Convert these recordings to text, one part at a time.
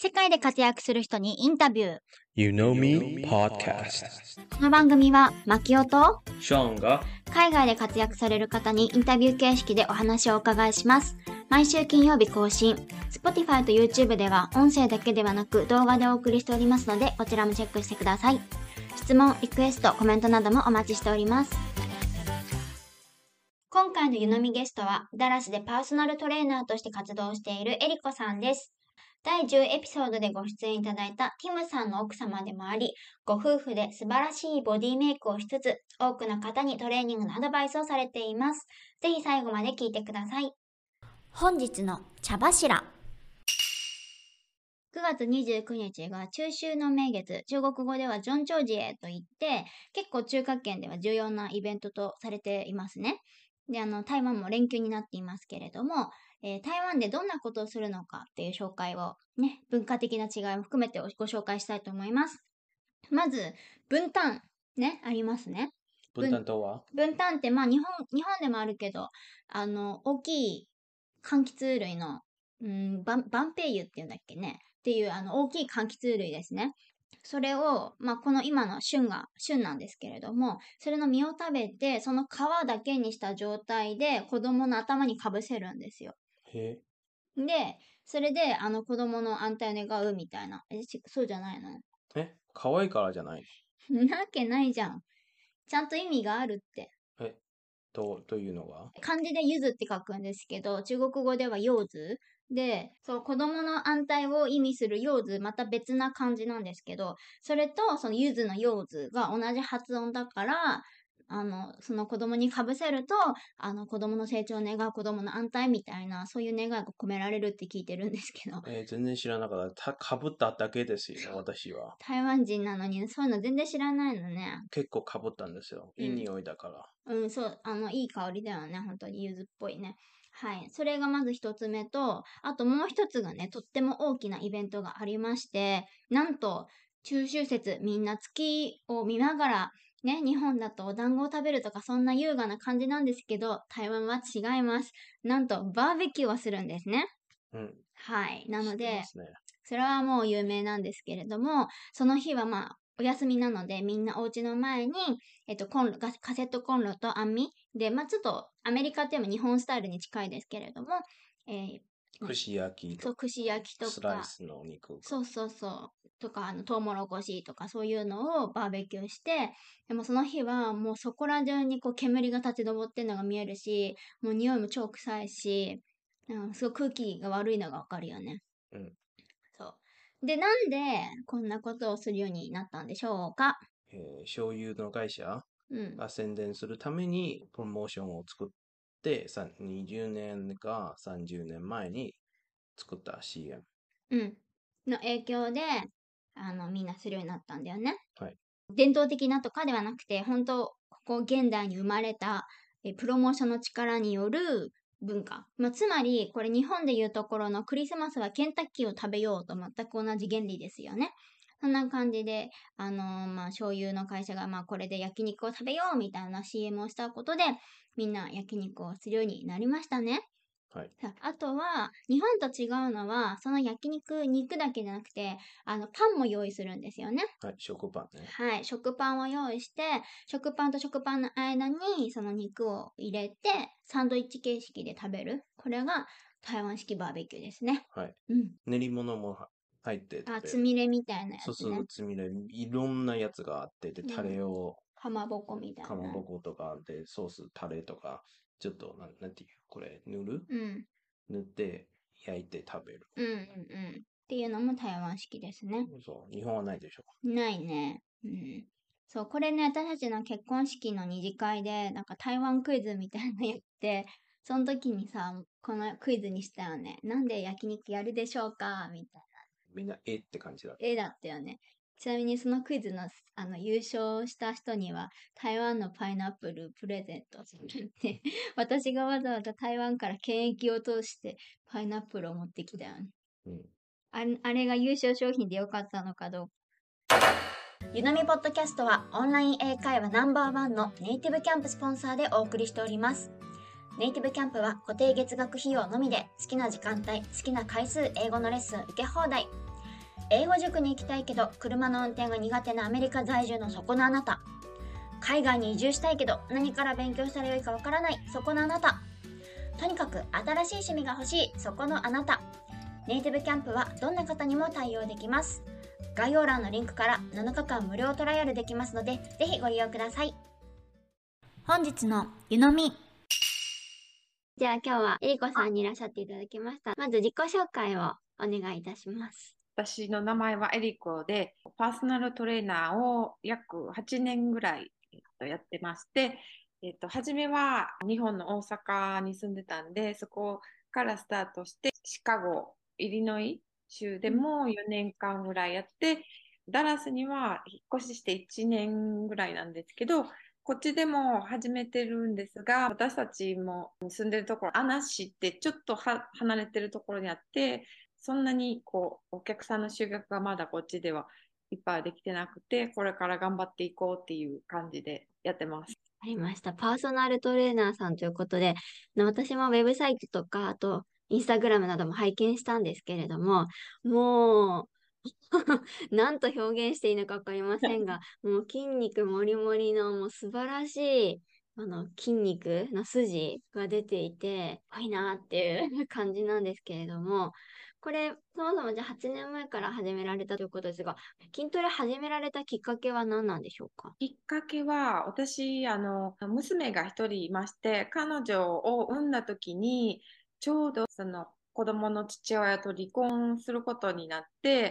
世界で活躍する人にインタビュー。 You Know Me Podcast。 この番組はマキオとショーンが海外で活躍される方にインタビュー形式でお話をお伺いします。毎週金曜日更新。 Spotify と YouTube では音声だけではなく動画でお送りしておりますので、こちらもチェックしてください。質問、リクエスト、コメントなどもお待ちしております。今回の湯飲みゲストはダラスでパーソナルトレーナーとして活動しているエリコさんです。第10エピソードでご出演いただいたティムさんの奥様でもあり、ご夫婦で素晴らしいボディメイクをしつつ、多くの方にトレーニングのアドバイスをされています。ぜひ最後まで聞いてください。本日の茶柱。9月29日が中秋の名月、中国語ではジョンチョウジエといって、結構中華圏では重要なイベントとされていますね。で、台湾も連休になっていますけれども、台湾でどんなことをするのかっていう紹介をね、文化的な違いも含めてご紹介したいと思います。まず、分担ね、ありますね。 分担とは？ 分担って日本でもあるけど、大きい柑橘類のバンペイユっていうんだっけねっていう大きい柑橘類ですね。それを、この今の旬なんですけれども、それの実を食べて、その皮だけにした状態で子供の頭にかぶせるんですよ。 へで、それで子供の安泰を願うみたいな。そうじゃないの？ 可愛いからじゃないなわけないじゃん。ちゃんと意味があるって。 というのが漢字で柚子って書くんですけど、中国語では柚子で、そう、子供の安泰を意味する柚子、また別な漢字なんですけど、それとその柚子の柚子が同じ発音だから、その子供にかぶせると、子供の成長を願う、子供の安泰みたいな、そういう願いが込められるって聞いてるんですけど。 全然知らなかった。かぶっただけですよ、私は。 台湾人なのに、そういうの全然知らないのね。 結構かぶったんですよ。いい匂いだから。 そう、いい香りだよね。本当に柚子っぽいね。はい。それがまず一つ目と、あともう一つがね、とっても大きなイベントがありまして、なんと、中秋節、みんな月を見ながら、ね、日本だとお団子を食べるとかそんな優雅な感じなんですけど、台湾は違います。なんと、バーベキューをするんですね。はい。なので、それはもう有名なんですけれども、その日はお休みなので、みんなお家の前に、カセットコンロと網で、ちょっとアメリカっていうのは日本スタイルに近いですけれども、 串焼きとか、 串焼きとか、 スライスのお肉とか、トウモロコシとかそういうのをバーベキューして、でもその日はもうそこら中にこう煙が立ち上ってるのが見えるし、もう匂いも超臭いし、すごい空気が悪いのがわかるよね。そう。で、なんでこんなことをするようになったんでしょうか？ 醤油の会社が宣伝するためにプロモーションを作って、20年か30年前に作った CM。 の影響で、みんなするようになったんだよね。 はい。 伝統的なとかではなくて、本当ここ現代に生まれたプロモーションの力による文化。つまり、これ日本でいうところのクリスマスはケンタッキーを食べようと全く同じ原理ですよね。そんな感じで、醤油の会社が、これで焼肉を食べようみたいな CM をしたことで、みんな焼肉をするようになりましたね。 はい。 あとは、日本と違うのは、その焼肉、肉だけじゃなくて、パンも用意するんですよね。 はい、食パンね。 はい、食パンを用意して、食パンと食パンの間にその肉を入れて、サンドイッチ形式で食べる。これが台湾式バーベキューですね。 はい。練り物も入ってて。 つみれみたいなやつね。 そう、つみれ。いろんなやつがあって、で、タレを。 かまぼこみたいな。 かまぼことかで、ソース、タレとか、ちょっと、なんていう、これ、塗って焼いて食べる。 っていうのも台湾式ですね。 そう、日本はないでしょ。 ないね。そう、これね、私たちの結婚式の二次会で、なんか台湾クイズみたいなのやって、その時にさ、このクイズにしたよね。なんで焼肉やるでしょうかみたいな。 みんな、って感じだった。 だったよね。ちなみにそのクイズの優勝した人には台湾のパイナップルプレゼントするって私がわざわざ台湾から検疫を通してパイナップルを持ってきたよね。あれが優勝商品でよかったのかどうか。ゆのみポッドキャストはオンライン英会話No.1のネイティブキャンプスポンサーでお送りしております。ネイティブキャンプは固定月額費用のみで好きな時間帯、好きな回数英語のレッスン受け放題。 英語塾に行きたいけど車の運転が苦手なアメリカ在住のそこのあなた。海外に移住したいけど何から勉強したらよいかわからないそこのあなた。とにかく新しい趣味が欲しいそこのあなた。ネイティブキャンプはどんな方にも対応できます。概要欄のリンクから7日間無料トライアルできますので、ぜひご利用ください。本日の湯飲み。じゃあ今日はえりこさんにいらっしゃっていただきました。まず自己紹介をお願いいたします。 私の名前はエリコで、パーソナルトレーナーを約8年ぐらい、やってまして、初めは日本の大阪に住んでたんで、そこからスタートして、シカゴ、イリノイ州でも4年間ぐらいやって、ダラスには引っ越しして1年ぐらいなんですけど、こっちでも始めてるんですが、私たちも住んでるところ、アナ市ってちょっと離れてるところにあって、そんなにお客さんの集客がまだこっちではいっぱいできてなくて、これから頑張っていこうっていう感じでやってます。 ありました。パーソナルトレーナーさんということで、私もウェブサイトとか、あと、インスタグラムなども拝見したんですけれども、もう、何と表現していいのかわかりませんが、もう筋肉もりもりのもう素晴らしい、筋肉の筋が出ていて、濃いなっていう感じなんですけれども、これ、そもそもじゃあ8年前から始められたということですが、筋トレ始められたきっかけは何なんでしょうか？ きっかけは、私、娘が一人いまして、彼女を産んだ時に、ちょうどその子供の父親と離婚することになって、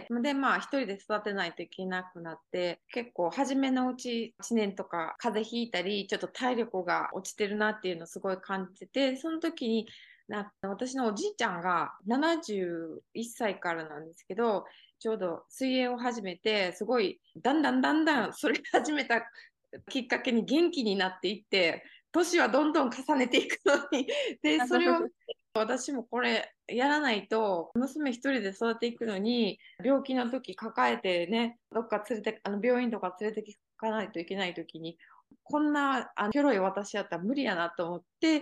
で、まあ、一人で育てないといけなくなって、結構、初めのうち1年とか風邪ひいたり、ちょっと体力が落ちてるなっていうのをすごい感じてて、その時に、私のおじいちゃんが71歳からなんですけど、ちょうど水泳を始めて、すごい、だんだんだんだんそれ始めたきっかけに元気になっていって、年はどんどん重ねていくのに、で、それを私もこれやらないと、娘一人で育っていくのに、病気の時抱えてね、どっか連れて、病院とか連れて行かないといけない時に、こんなひょろい私やったら無理やなと思って、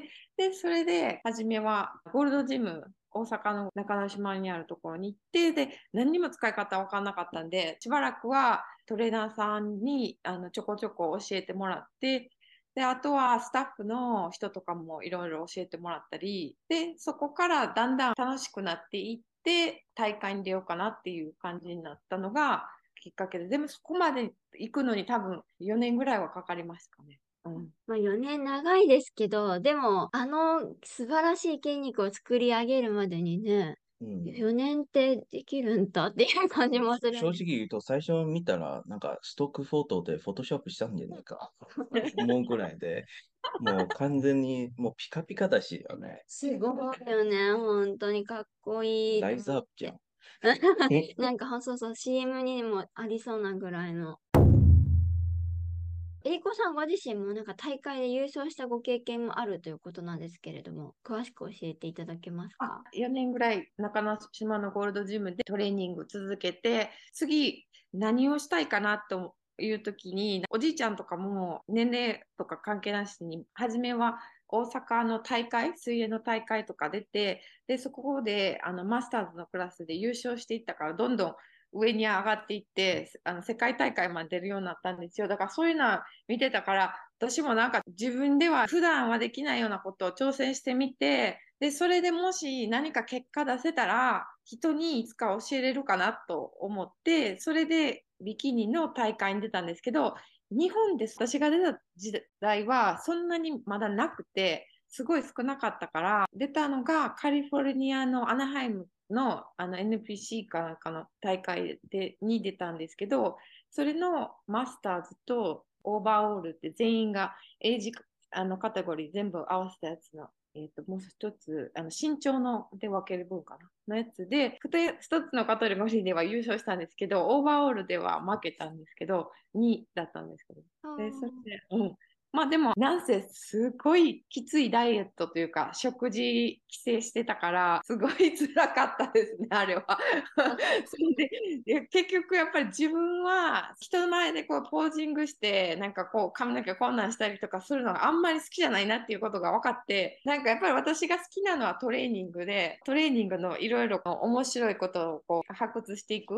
で、それで、初めはゴールドジム、大阪の中之島にあるところに行って、で、何にも使い方分かんなかったんで、しばらくはトレーナーさんにちょこちょこ教えてもらって、で、あとはスタッフの人とかもいろいろ教えてもらったり、で、そこからだんだん楽しくなっていって、大会に出ようかなっていう感じになったのがきっかけで、でもそこまで行くのに多分4年ぐらいはかかりますかね。 まあ4年長いですけど、でも、素晴らしい筋肉を作り上げるまでにね、4年ってできるんだっていう感じもする。 正直言うと、最初見たら、なんかストックフォトでフォトショップしたんじゃないか思うくらいで、もう完全にもうピカピカだしよね。 すごいよね、本当にかっこいい。 ライズアップじゃん。 なんか、そうそう、CM にもありそうなぐらいの。えりこさんご自身もなんか大会で優勝したご経験もあるということなんですけれども、詳しく教えていただけますか ？4年ぐらい中之島のゴールドジムでトレーニング続けて、次何をしたいかなという時に、おじいちゃんとかも年齢とか関係なしに、初めは大阪の大会、水泳の大会とか出て、で、そこでマスターズのクラスで優勝していったから、どんどん上に上がっていって、世界大会まで出るようになったんですよ。だからそういうのは見てたから、私もなんか自分では普段はできないようなことを挑戦してみて、で、それでもし何か結果出せたら、人にいつか教えれるかなと思って、それでビキニの大会に出たんですけど、日本で私が出た時代はそんなにまだなくて、すごい少なかったから、出たのがカリフォルニアのアナハイムのNPC かなんかの大会に出たんですけど、それのマスターズとオーバーオールって全員がエイジカテゴリー全部合わせたやつの、もう一つ身長ので分ける分かなのやつで一つのカテゴリーでは優勝したんですけど、オーバーオールでは負けたんですけど、2位だったんですけど、でそれで、まあでも、なんせすごいきついダイエットというか、食事規制してたから、すごい辛かったですね、あれは。それで、結局やっぱり自分は人の前でこうポージングして、なんかこう髪の毛こんなんしたりとかするのがあんまり好きじゃないなっていうことが分かって、なんかやっぱり私が好きなのはトレーニングで、トレーニングのいろいろ面白いことをこう発掘していく。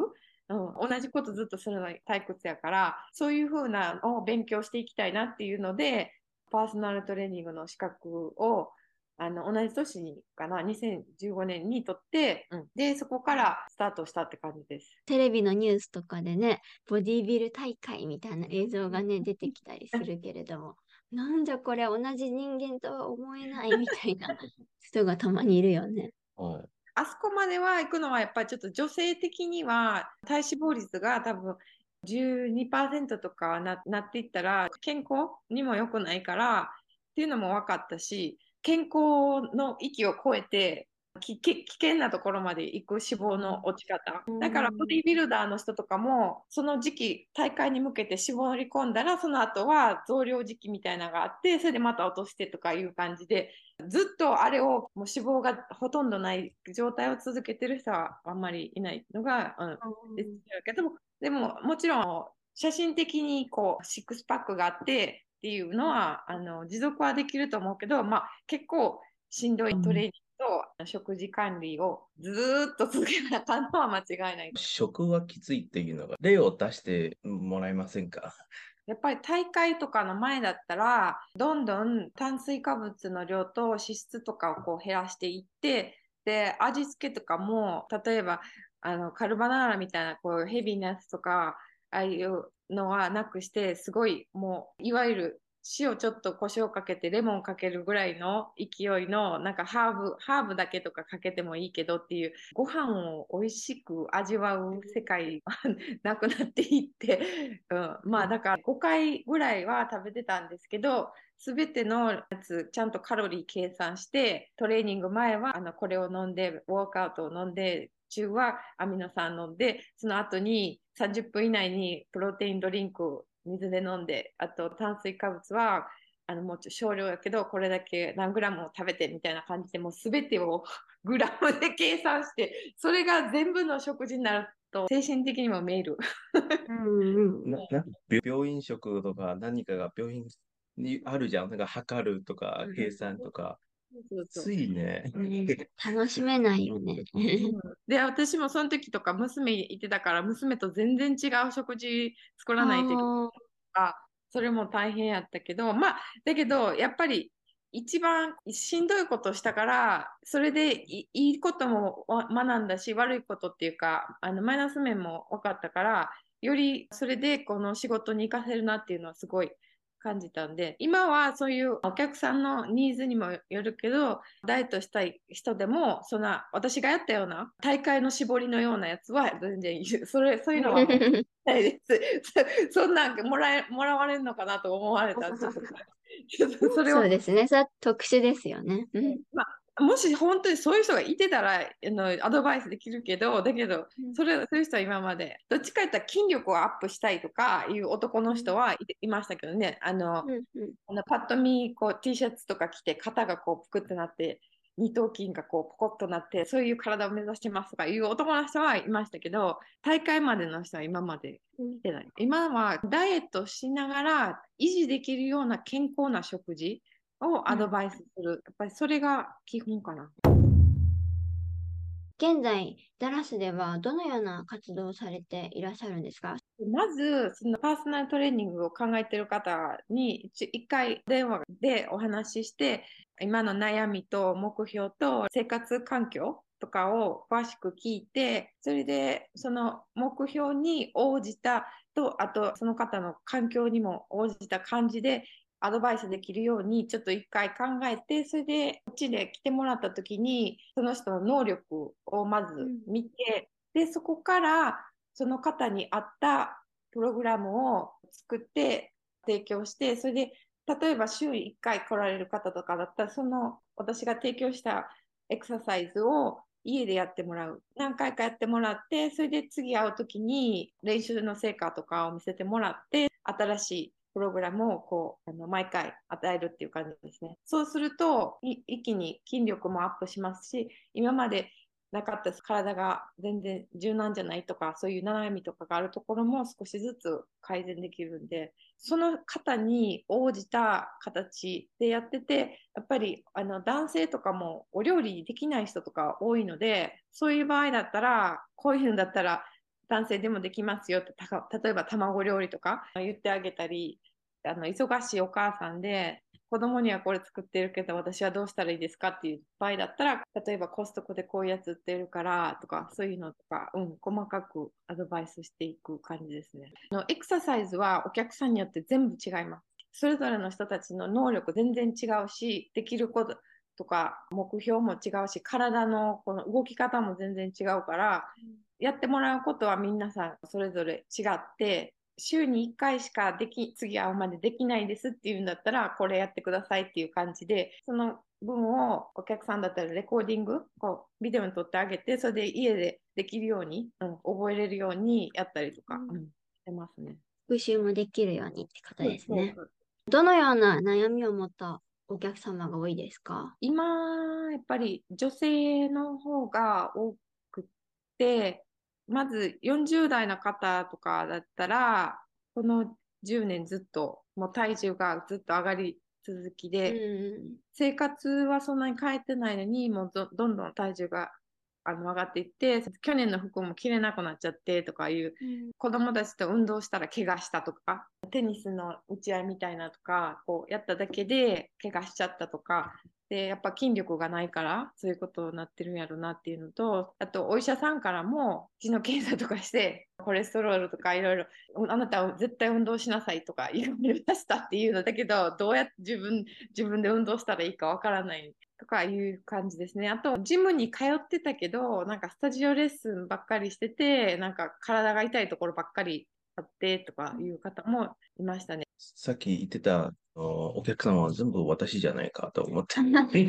同じことずっとするのに退屈やから、そういうふうなのを勉強していきたいなっていうので、パーソナルトレーニングの資格を同じ年にかな、2015年に取って、で、そこからスタートしたって感じです。 テレビのニュースとかでね、ボディビル大会みたいな映像がね、出てきたりするけれども、なんじゃこれ同じ人間とは思えないみたいな人がたまにいるよね。 はい。 あそこまでは行くのはやっぱりちょっと女性的には体脂肪率が多分12%とかなっていったら健康にも良くないからっていうのも分かったし、健康の域を超えて危険なところまで行く脂肪の落ち方。だからボディビルダーの人とかもその時期大会に向けて絞り込んだらその後は増量時期みたいなのがあってそれでまた落としてとかいう感じでずっとあれをもう脂肪がほとんどない状態を続けてる人はあんまりいないのが、ですけどでももちろん写真的にこうシックスパックがあってっていうのは持続はできると思うけど、まあ、結構しんどいトレーニングと食事管理をずーっと続けなあかんのは間違いない。 食はきついっていうのが、例を出してもらえませんか？ やっぱり大会とかの前だったら、どんどん炭水化物の量と脂質とかをこう減らしていって、で、味付けとかも、例えば、カルボナーラみたいなこうヘビーなやつとか、ああいうのはなくして、すごいもう、いわゆる塩ちょっと胡椒かけてレモンかけるぐらいの勢いのなんかハーブだけとかかけてもいいけどっていうご飯を美味しく味わう世界がなくなっていって、まあだから5回ぐらいは食べてたんですけど全てのやつちゃんとカロリー計算してトレーニング前はこれを飲んでウォークアウトを飲んで中はアミノ酸飲んでその後に30分以内にプロテインドリンク水で飲んで、あと炭水化物はもう少量やけど、これだけ何グラムを食べてみたいな感じで、もうすべてをグラムで計算して、それが全部の食事になると、精神的にもメール。 病院食とか何かが病院にあるじゃん。なんか測るとか計算とか。ついね。 楽しめないよね。 で、私もその時とか娘いてたから、娘と全然違う食事作らないといけないとか、それも大変やったけど、まあ、だけど、やっぱり一番しんどいことをしたから、それでいいことも学んだし、悪いことっていうか、マイナス面も分かったから、よりそれでこの仕事に活かせるなっていうのはすごい感じたんで、今はそういうお客さんのニーズにもよるけど、ダイエットしたい人でも、そんな私がやったような大会の絞りのようなやつは全然そういうのはもうないです。そんなんもらわれるのかなと思われたらちょっとそれをそうですね。それは特殊ですよね。 まあ、もし本当にそういう人がいてたらアドバイスできるけど、だけどそういう人は今までどっちか言ったら筋力をアップしたいとかいう男の人はいましたけどね、パッと見こう T シャツとか着て肩がこうぷくってなって二頭筋がこうポコッとなってそういう体を目指してますとかいう男の人はいましたけど大会までの人は今まで来てない。今はダイエットしながら維持できるような健康な食事をアドバイスする。やっぱりそれが基本かな。 現在、ダラスではどのような活動をされていらっしゃるんですか？ まず、そのパーソナルトレーニングを考えている方に一回電話でお話しして、今の悩みと目標と生活環境とかを詳しく聞いて、それでその目標に応じたと、あとその方の環境にも応じた感じでアドバイスできるようにちょっと一回考えて、それでこっちで来てもらった時に、その人の能力をまず見て、で、そこからその方に合ったプログラムを作って提供して、それで例えば週1回来られる方とかだったら、その私が提供したエクササイズを家でやってもらう。何回かやってもらって、それで次会う時に練習の成果とかを見せてもらって、新しいプログラムをこう毎回与えるっていう感じですね。そうすると一気に筋力もアップしますし、今までなかった体が全然柔軟じゃないとかそういう悩みとかがあるところも少しずつ改善できるんでその方に応じた形でやっててやっぱり男性とかもお料理できない人とか多いのでそういう場合だったらこういうんだったら男性でもできますよって、例えば卵料理とか言ってあげたり、忙しいお母さんで、子供にはこれ作ってるけど、私はどうしたらいいですかっていう場合だったら、例えばコストコでこういうやつ売ってるからとか、そういうのとか、細かくアドバイスしていく感じですね。エクササイズはお客さんによって全部違います。それぞれの人たちの能力全然違うし、できることとか目標も違うし、体のこの動き方も全然違うから、やってもらうことは皆さんそれぞれ違って、週に1回しか次会うまでできないですっていうんだったら、これやってくださいっていう感じで、その分をお客さんだったらレコーディング、ビデオに撮ってあげて、それで家でできるように、覚えれるようにやったりとか、してますね。 復習もできるようにってことですね。 そうどのような悩みを持ったお客様が多いですか？ 今、やっぱり女性の方が多くて、まず40代の方とかだったら、この10年ずっと、もう体重がずっと上がり続きで、生活はそんなに変えてないのに、もうどんどん体重が上がっていって、去年の服も着れなくなっちゃってとかいう、子供たちと運動したら怪我したとか、テニスの打ち合いみたいなとか、こうやっただけで怪我しちゃったとか、で、やっぱ筋力がないから、そういうことになってるんやろなっていうのと、あと、お医者さんからも、血の検査とかして、コレステロールとかいろいろ、あなたは絶対運動しなさいとか言われましたっていうのだけど、どうやって自分で運動したらいいかわからないとかいう感じですね。あと、ジムに通ってたけど、なんかスタジオレッスンばっかりしてて、なんか体が痛いところばっかりあってとかいう方もいましたね。 さっき言ってたお客様は全部私じゃないかと思って。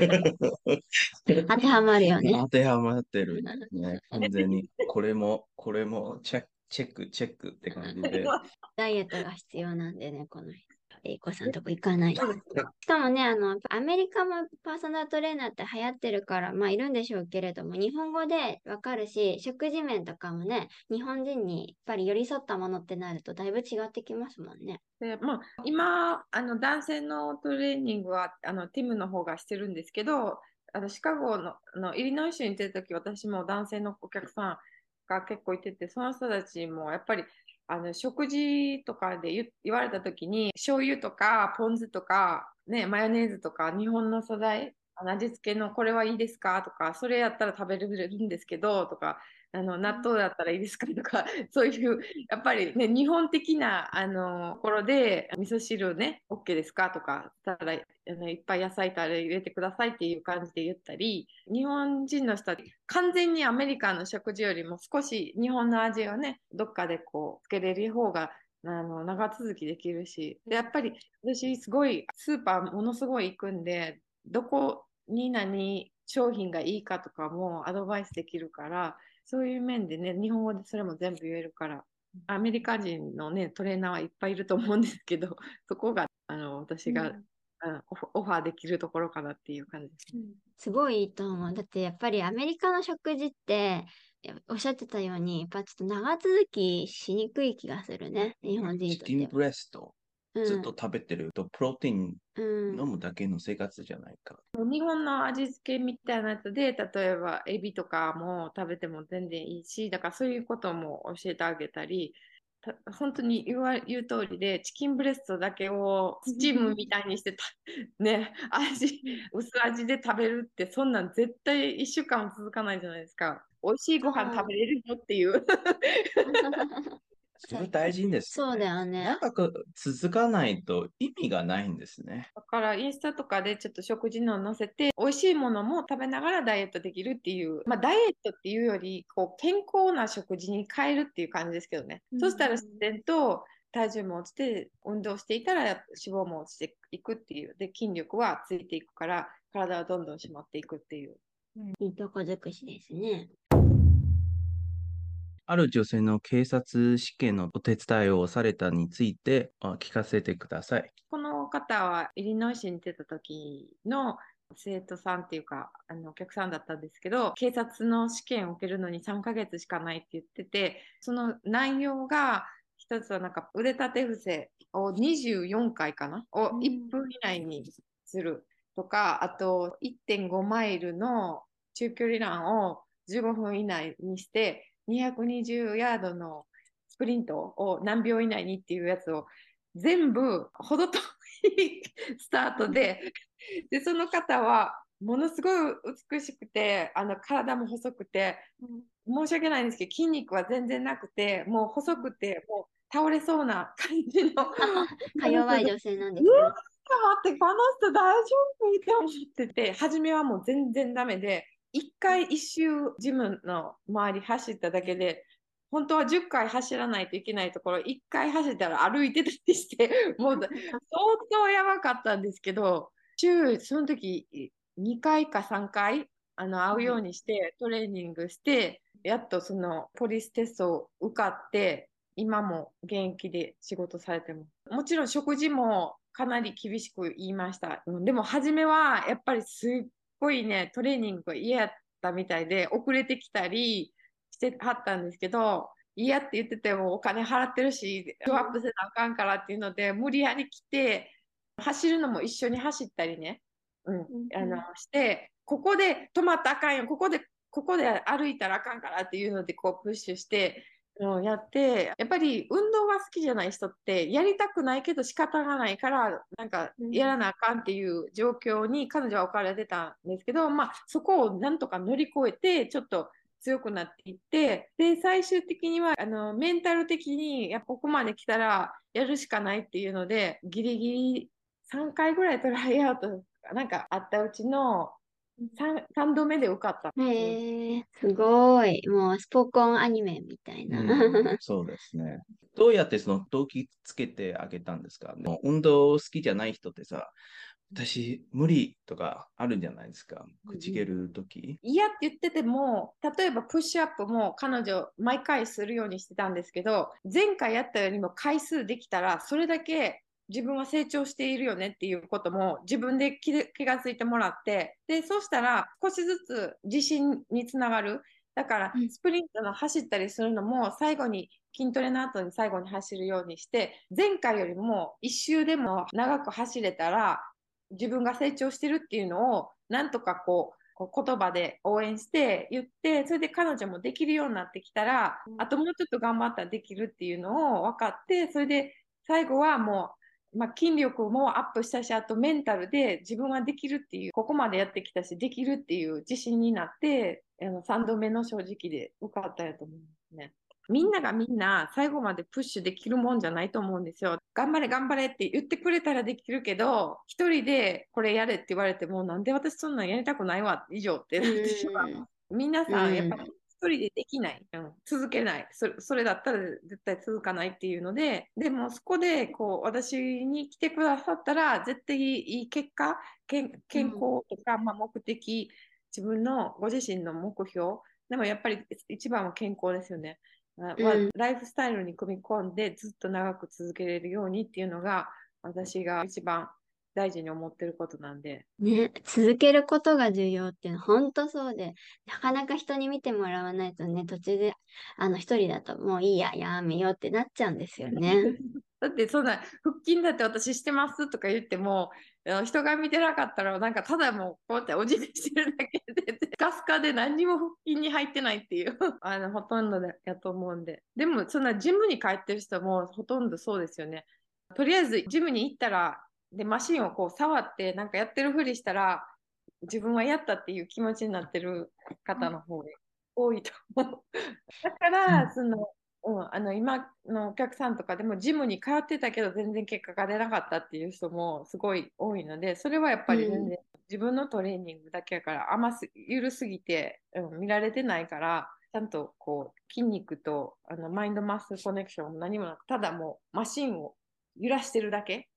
当てはまるよね。 当てはまってる。ね、完全に。これもチェックって感じで。 ダイエットが必要なんでね、このエイコさんとこ行かない。しかもね、アメリカもパーソナルトレーナーって流行ってるから、まあいるんでしょうけれども、日本語でわかるし、食事面とかもね、日本人にやっぱり寄り添ったものってなるとだいぶ違ってきますもんね。 でまあ、今男性のトレーニングはティムの方がしてるんですけど、シカゴのイリノイ州に行ってる時、私も男性のお客さんが結構いてて、その人たちもやっぱり食事とかで言われた時に、醤油とかポン酢とか、ね、マヨネーズとか日本の素材、味付けのこれはいいですかとか、それやったら食べれるんですけどとか、納豆だったらいいですかとか、そういう、やっぱりね、日本的な、ところで、味噌汁ね、OK ですかとか、たら、いっぱい野菜たら入れてくださいっていう感じで言ったり、日本人の人は完全にアメリカンの食事よりも少し日本の味をね、どっかでこう、つけれる方が、長続きできるし、で、やっぱり私すごい、スーパーものすごい行くんで、どこに何商品がいいかとかもアドバイスできるから、そういう面でね、日本語でそれも全部言えるから、アメリカ人のね、トレーナーはいっぱいいると思うんですけど、そこが私が、オファーできるところかなっていう感じです。 すごいいいと思う。だってやっぱりアメリカの食事って、おっしゃってたように、やっぱちょっと長続きしにくい気がするね。日本人にとっては。 チキンブレスト、ずっと食べてると、プロテイン飲むだけの生活じゃないか。 日本の味付けみたいなやつで、例えばエビとかも食べても全然いいし、だからそういうことも教えてあげたり、本当に言う通りで、チキンブレストだけをスチームみたいにしてね、薄味で食べるって、そんなん絶対1週間も続かないじゃないですか。美味しいご飯食べれるよっていう。 それ大事ですね。 そうだよね。 長く続かないと意味がないんですね。 だからインスタとかでちょっと食事の載せて、美味しいものも食べながらダイエットできるっていう、まあダイエットっていうより、こう健康な食事に変えるっていう感じですけどね。そしたら自然と体重も落ちて、運動していたら脂肪も落ちていくっていう。で、筋力はついていくから、体はどんどん締まっていくっていう。 いいとこ尽くしですね。 ある女性の警察試験のお手伝いをされたについて聞かせてください。 この方はイリノイ市に出た時の生徒さんっていうかお客さんだったんですけど、警察の試験を受けるのに3ヶ月しかないって言ってて、その内容が一つはなんか腕立て伏せを24回かなを1分以内にするとか、あと1.5マイルの中距離ランを15分以内にして 220ヤードのスプリントを何秒以内にっていうやつを全部ほど遠いスタートで、その方はものすごい美しくて、体も細くて、申し訳ないんですけど、筋肉は全然なくて、もう細くて、もう倒れそうな感じの。 か弱い女性なんですうわね。 待って、この人大丈夫って思ってて、初めはもう全然ダメで、一周ジムの周り走っただけで、本当は10回走らないといけないところ、1回走ったら歩いてたりして、もう相当やばかったんですけど、その時2回か3回会うようにしてトレーニングして、やっとそのポリステストを受かって、今も現役で仕事されてます。もちろん食事もかなり厳しく言いました。でも初めはやっぱりすっごいね、トレーニングが嫌やったみたいで、遅れてきたりしてはったんですけど、嫌って言っててもお金払ってるし、ショーアップせなあかんからっていうので、無理やり来て、走るのも一緒に走ったりね、して、ここで止まったらあかんよ、ここで歩いたらあかんからっていうので、こうプッシュして、やって、やっぱり運動が好きじゃない人ってやりたくないけど仕方がないからなんかやらなあかんっていう状況に彼女は置かれてたんですけど、まあ、そこをなんとか乗り越えてちょっと強くなっていって、で最終的にはメンタル的にやっぱここまで来たらやるしかないっていうので、ギリギリ3回ぐらいトライアウトなんかあったうちの3度目で受かった。 へえ、すごい。もうスポコンアニメみたいな。 そうですね。どうやってその動機つけてあげたんですか？もう運動好きじゃない人ってさ、私無理とかあるんじゃないですか。口切るとき。 嫌って言ってても、例えばプッシュアップも彼女毎回するようにしてたんですけど、前回やったよりも回数できたら、それだけ自分は成長しているよねっていうことも自分で気がついてもらって、で、そうしたら少しずつ自信につながる。だからスプリントの走ったりするのも最後に筋トレの後に最後に走るようにして、前回よりも一周でも長く走れたら自分が成長してるっていうのをなんとかこう言葉で応援して言って、それで彼女もできるようになってきたら、あともうちょっと頑張ったらできるっていうのを分かって、それで最後はもう、まあ、筋力もアップしたし、あとメンタルで自分はできるっていう、ここまでやってきたしできるっていう自信になって、3度目の正直で受かったやと思うんですね。みんながみんな最後までプッシュできるもんじゃないと思うんですよ。頑張れ頑張れって言ってくれたらできるけど、一人でこれやれって言われても、なんで私そんなんやりたくないわ以上ってなってしまう。皆さんやっぱり一人でできない、続けないそれだったら絶対続かないっていうので、でもそこでこう私に来てくださったら絶対いい結果、健康とか、まあ、目的、自分のご自身の目標、でもやっぱり一番は健康ですよね。ライフスタイルに組み込んでずっと長く続けれるようにっていうのが私が一番大事に思ってることなんで。 ね、続けることが重要っていうのは本当そうで、なかなか人に見てもらわないとね、途中で一人だともういいや、やめようってなっちゃうんですよね。 だってそんな腹筋だって私してますとか言っても人が見てなかったらなんかただもうこうやってお辞儀してるだけでスカスカで何にも腹筋に入ってないっていうほとんどやと思うんで、でもそんなジムに帰ってる人もほとんどそうですよね。とりあえずジムに行ったらでマシンをこう触ってなんかやってるふりしたら自分はやったっていう気持ちになってる方の方が多いと思う。だから今のお客さんとかでもジムに通ってたけど全然結果が出なかったっていう人もすごい多いので、それはやっぱり全然自分のトレーニングだけやから緩すぎて、見られてないから、ちゃんとこう筋肉とマインドマッスルコネクションも何もなく、ただもうマシンを揺らしてるだけ。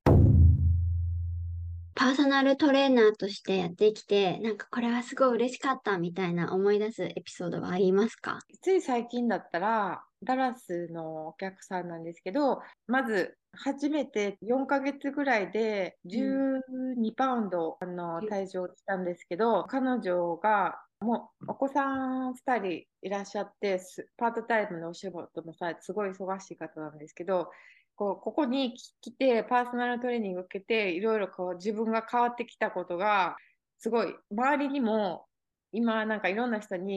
パーソナルトレーナーとしてやってきて、なんかこれはすごい嬉しかったみたいな思い出すエピソードはありますか？ つい最近だったら、ダラスのお客さんなんですけど、まず初めて4ヶ月ぐらいで12パウンド体重落ちたんですけど、彼女がもうお子さん2人いらっしゃって、パートタイムのお仕事もされてすごい忙しい方なんですけど、ここに来てパーソナルトレーニング受けていろいろこう自分が変わってきたことがすごい周りにも今なんかいろんな人に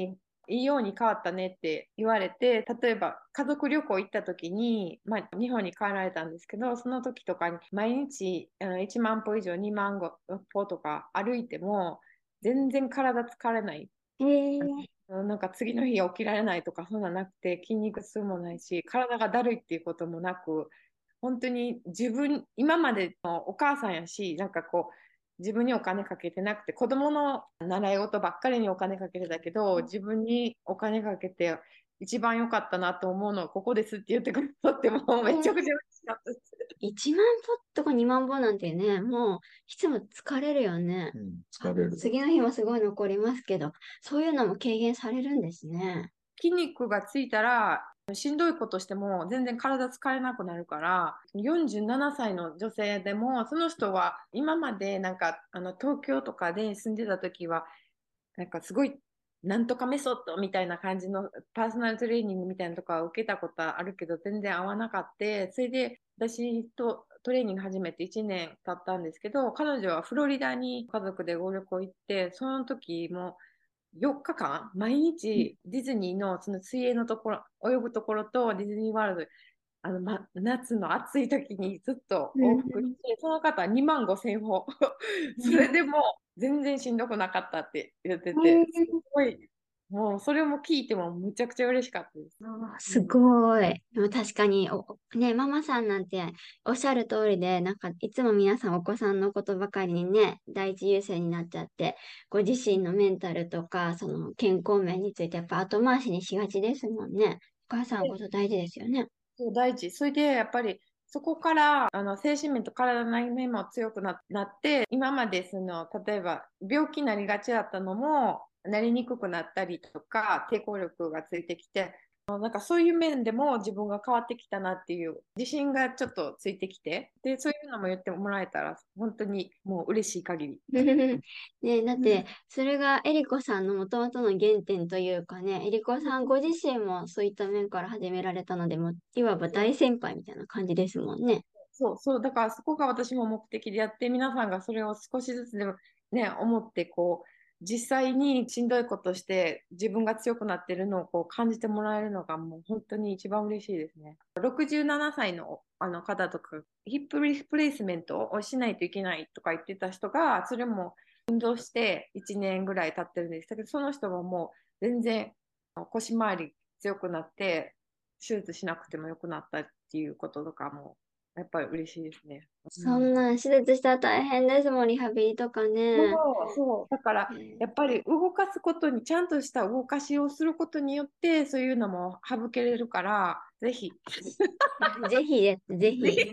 いいように変わったねって言われて、例えば家族旅行行った時に、日本に帰られたんですけど、その時とかに毎日1万歩以上2万歩とか歩いても全然体疲れない。なんか次の日起きられないとかそんななくて、筋肉痛もないし、体がだるいっていうこともなく、本当に今までのお母さんやし、なんかこう、自分にお金かけてなくて、子供の習い事ばっかりにお金かけてたけど、自分にお金かけて、一番良かったなと思うのはここですって言ってくれたってもうめちゃくちゃ嬉しかったです。 1万歩とか2万歩なんてね、もういつも疲れるよね。 疲れる。 次の日もすごい残りますけど、そういうのも軽減されるんですね。 筋肉がついたら、しんどいことしても全然体疲れなくなるから、47歳の女性でも、その人は今までなんか東京とかで住んでた時は、なんかすごいなんとかメソッドみたいな感じのパーソナルトレーニングみたいなとか受けたことあるけど全然合わなかった。それで私とトレーニング始めて1年経ったんですけど、彼女はフロリダに家族でご旅行行って、その時も4日間毎日ディズニーのその水泳のところ、泳ぐところとディズニーワールド、夏の暑い時にずっと往復して、その方は2万5千歩。それでも全然しんどくなかったって言ってて、すごい、もうそれも聞いてもむちゃくちゃ嬉しかったです。 すごい。でも確かにね、ママさんなんておっしゃる通りで、なんかいつも皆さんお子さんのことばかりにね、第一優先になっちゃって、ご自身のメンタルとか、その健康面についてやっぱ後回しにしがちですもんね。お母さんこそ大事ですよね。 そう大事。それでやっぱりそこから精神面と体の面も強くなって、今まで例えば病気になりがちだったのもなりにくくなったりとか、抵抗力がついてきて、なんかそういう面でも自分が変わってきたなっていう自信がちょっとついてきて、で、そういうのも言ってもらえたら本当にもう嬉しい限り。 ね、だって、それがエリコさんのもともとの原点というかね、エリコさんご自身もそういった面から始められたので、もいわば大先輩みたいな感じですもんね。 そうそう、だからそこが私も目的でやって、皆さんがそれを少しずつでもね、思って、こう、実際にしんどいことして自分が強くなってるのをこう感じてもらえるのがもう本当に一番嬉しいですね。67歳の、方とか、ヒップリプレイスメントをしないといけないとか言ってた人が、それも運動して1年ぐらい経ってるんですけど、その人ももう全然腰回り強くなって、手術しなくてもよくなったっていうこととかもやっぱり嬉しいですね。うん、 そんな手術したら大変ですもん、リハビリとかね。 そう。だから、やっぱり動かすことに、ちゃんとした動かしをすることによって、そういうのも省けれるから、ぜひ。 ぜひです、ぜひ。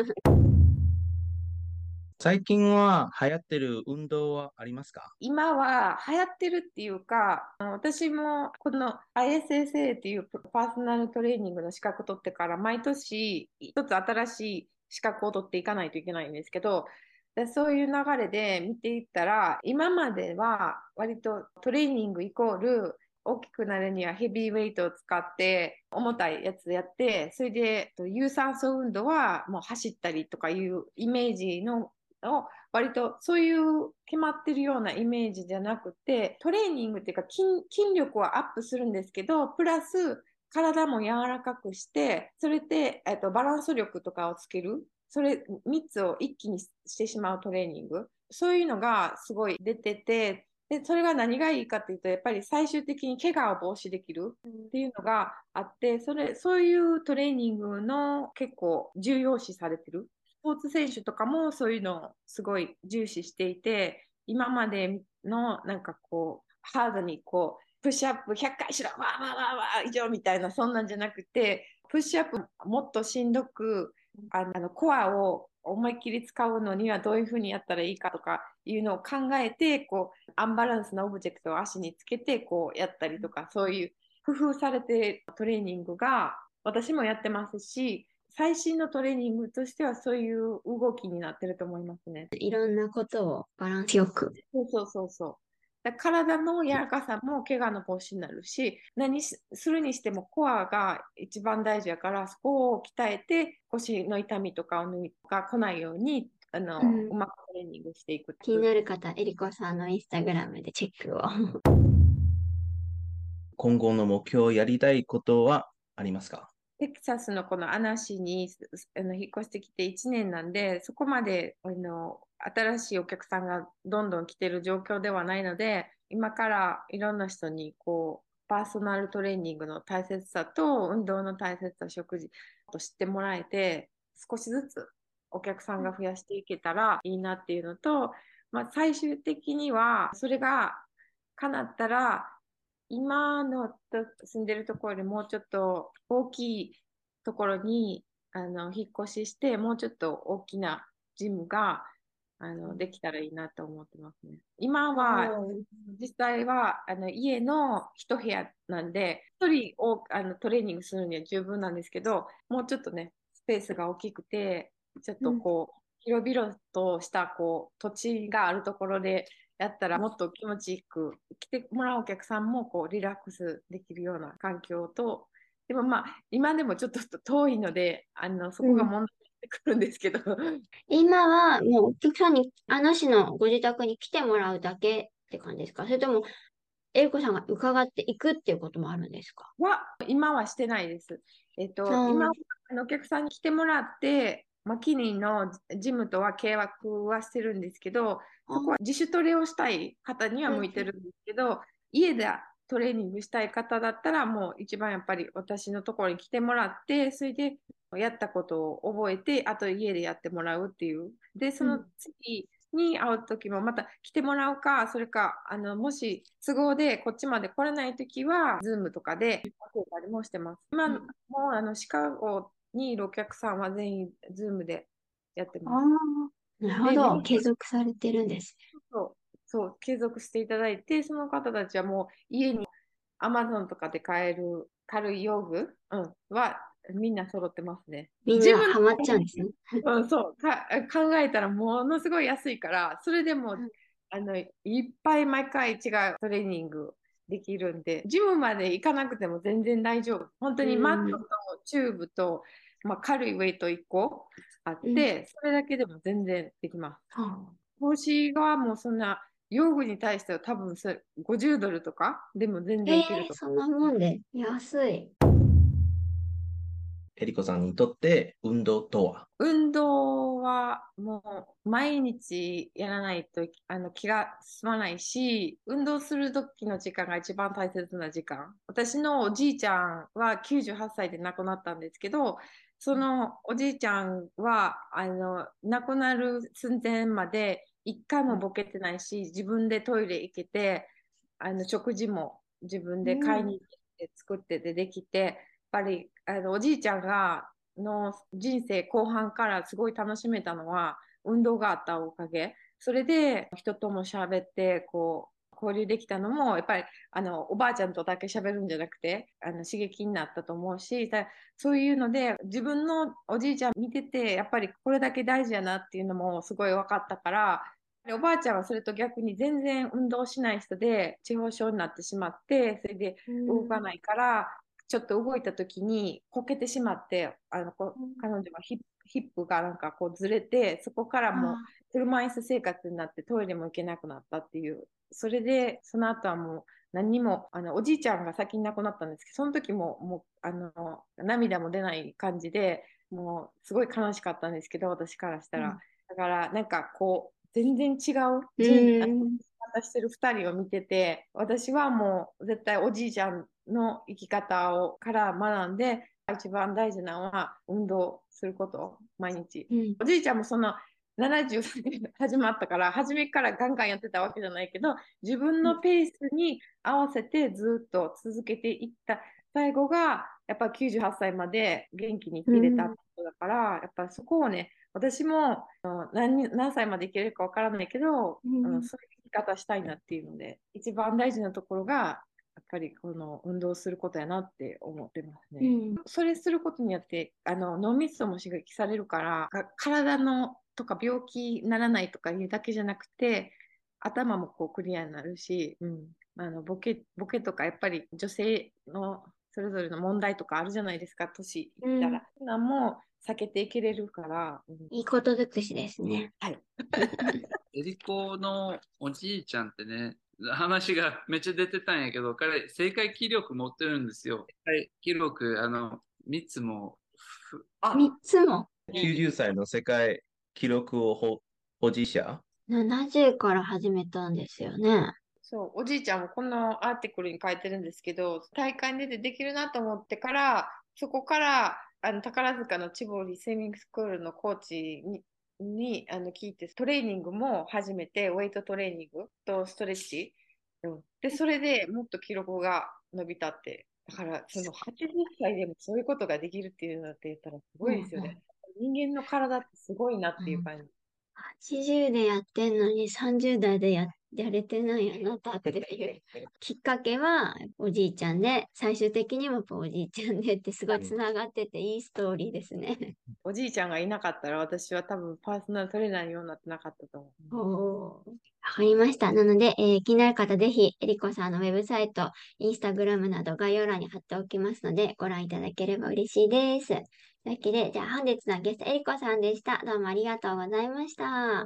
最近は流行ってる運動はありますか？ 今は流行ってるっていうか、私もこの ISSA っていうパーソナルトレーニングの資格取ってから、毎年一つ新しい資格を取っていかないといけないんですけど、でそういう流れで見ていったら、今までは割とトレーニングイコール大きくなるにはヘビーウェイトを使って重たいやつやって、それで有酸素運動はもう走ったりとかいうイメージのを割とそういう決まってるようなイメージじゃなくて、トレーニングっていうか筋力はアップするんですけど、プラス体も柔らかくして、それで、バランス力とかをつける、それ3つを一気にしてしまうトレーニング、そういうのがすごい出てて、でそれが何がいいかっていうと、やっぱり最終的に怪我を防止できるっていうのがあって、そういうトレーニングの結構重要視されてる。スポーツ選手とかもそういうのをすごい重視していて、今までのなんかこう、ハードにこう、プッシュアップ100回しろ、わーわーわーわー以上みたいな、そんなんじゃなくて、プッシュアップもっとしんどく、コアを思いっきり使うのにはどういうふうにやったらいいかとかいうのを考えて、こう、アンバランスなオブジェクトを足につけて、こうやったりとか、そういう工夫されてトレーニングが私もやってますし、最新のトレーニングとしてはそういう動きになってると思いますね。 いろんなことをバランスよく。 そうそうそうそう。体の柔らかさも怪我の防止になるし、何するにしてもコアが一番大事やから、そこを鍛えて腰の痛みとかが来ないようにうまくトレーニングしていく。 気になる方、エリコさんのインスタグラムでチェックを。 今後の目標、やりたいことはありますか？ テキサスのこのアナ市に引っ越してきて1年なんで、そこまで新しいお客さんがどんどん来てる状況ではないので、今からいろんな人にパーソナルトレーニングの大切さと運動の大切さ、食事と知ってもらえて、少しずつお客さんが増やしていけたらいいなっていうのと、最終的にはそれが叶ったら、今の住んでるところよりもうちょっと大きいところに引っ越しして、もうちょっと大きなジムができたらいいなと思ってますね。今は実際は家の一部屋なんで、一人をトレーニングするには十分なんですけど、もうちょっとね、スペースが大きくて、ちょっと広々とした土地があるところでやったらもっと気持ちよく来てもらうお客さんもリラックスできるような環境と、でも今でもちょっと遠いのでそこが問題になってくるんですけど、 今はもうお客さんに市のご自宅に来てもらうだけって感じですか？それともエリコさんが伺っていくっていうこともあるんですか？ 今はしてないです。今お客さんに来てもらってキニのジムとは契約はしてるんですけど、そこは自主トレをしたい方には向いてるんですけど、家でトレーニングしたい方だったらもう一番やっぱり私のところに来てもらって、それでやったことを覚えて、あと家でやってもらうっていう。で、その次に会う時もまた来てもらうか、それかもし都合でこっちまで来れない時は、ズームとかで教えたりもしてます。今もシカゴにいるお客さんは全員ズームでやってます。 なるほど。継続されてるんですね。 そう、継続していただいて、その方たちはもう家に Amazon とかで買える軽い用具、はみんな揃ってますね。 みんなハマっちゃうんですね。 そう考えたらものすごい安いから、それでもいっぱい毎回違うトレーニングできるんで、ジムまで行かなくても全然大丈夫。本当にマットとチューブと、軽いウェイト1個あって、それだけでも全然できます。投資がもうそんな用具に対しては多分50ドルとかでも全然いけると。 そんなもんで安い。 エリコさんにとって運動とは？ 運動はもう毎日やらないと気が済まないし、運動する時の時間が一番大切な時間。私のおじいちゃんは98歳で亡くなったんですけど、そのおじいちゃんは亡くなる寸前まで一回もボケてないし、自分でトイレ行けて、食事も自分で買いに行って作ってできて、やっぱりおじいちゃんの人生後半からすごい楽しめたのは運動があったおかげ。それで人とも喋って交流できたのもやっぱりおばあちゃんとだけ喋るんじゃなくて刺激になったと思うし、そういうので自分のおじいちゃん見ててやっぱりこれだけ大事やなっていうのもすごい分かったから、おばあちゃんはそれと逆に全然運動しない人で痴呆症になってしまって、それで動かないから、ちょっと動いた時にこけてしまって、彼女はヒップがなんかずれて、そこからもう車椅子生活になってトイレも行けなくなったっていう。それでその後はもう何にもおじいちゃんが先に亡くなったんですけど、その時もう涙も出ない感じで、もうすごい悲しかったんですけど、私からしたら。だからなんか全然違う方してる2人を見てて、私はもう絶対おじいちゃんの生き方から学んで、一番大事なのは運動すること、毎日。おじいちゃんもその70歳始まったから、初めからガンガンやってたわけじゃないけど、自分のペースに合わせてずっと続けていった最後が、やっぱ98歳まで元気に生きれたことだから、やっぱそこをね、私も何歳まで生きれるかわからないけど、そういう生き方したいなっていうので、一番大事なところが、やっぱりこの運動することやなって思ってますね。それすることによって脳みそも刺激されるから体のとか病気にならないとかいうだけじゃなくて頭もクリアになるし、ボケとかやっぱり女性のそれぞれの問題とかあるじゃないですか、年いったら。そも避けていけれるから、 いいこと尽くしですね。 はい。 エリコのおじいちゃんってね、 話がめっちゃ出てたんやけど、彼、世界記録持ってるんですよ。世界記録、3つも。 3つも。 90歳の世界記録を保持者 70から始めたんですよね。 そう、おじいちゃんもこのアーティクルに書いてるんですけど、大会に出てできるなと思ってから、そこから宝塚の千堀スイミングスクールのコーチに聞いて、トレーニングも始めて、ウェイトトレーニングとストレッチ。で、それでもっと記録が伸びたって。だから、その80歳でもそういうことができるっていうのって言ったらすごいですよね。人間の体ってすごいなっていう感じ。 80でやってんのに30代でやれてないやなっていうきっかけはおじいちゃんで、最終的にもおじいちゃんでってすごいつながってていいストーリーですね。 おじいちゃんがいなかったら私は多分パーソナルトレーナーにはなってなかったと思う。 わかりました。なので、気になる方ぜひえりこさんのウェブサイト、インスタグラムなど概要欄に貼っておきますのでご覧いただければ嬉しいです。というわけで、じゃあ本日のゲスト、えりこさんでした。どうもありがとうございました。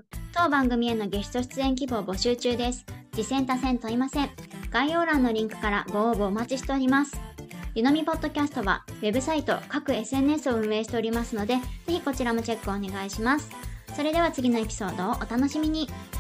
当番組へのゲスト出演希望募集中です。次戦他戦問いません。概要欄のリンクからご応募お待ちしております。ゆのみポッドキャストは、ウェブサイト、各 SNS を運営しておりますので、ぜひこちらもチェックお願いします。それでは次のエピソードをお楽しみに。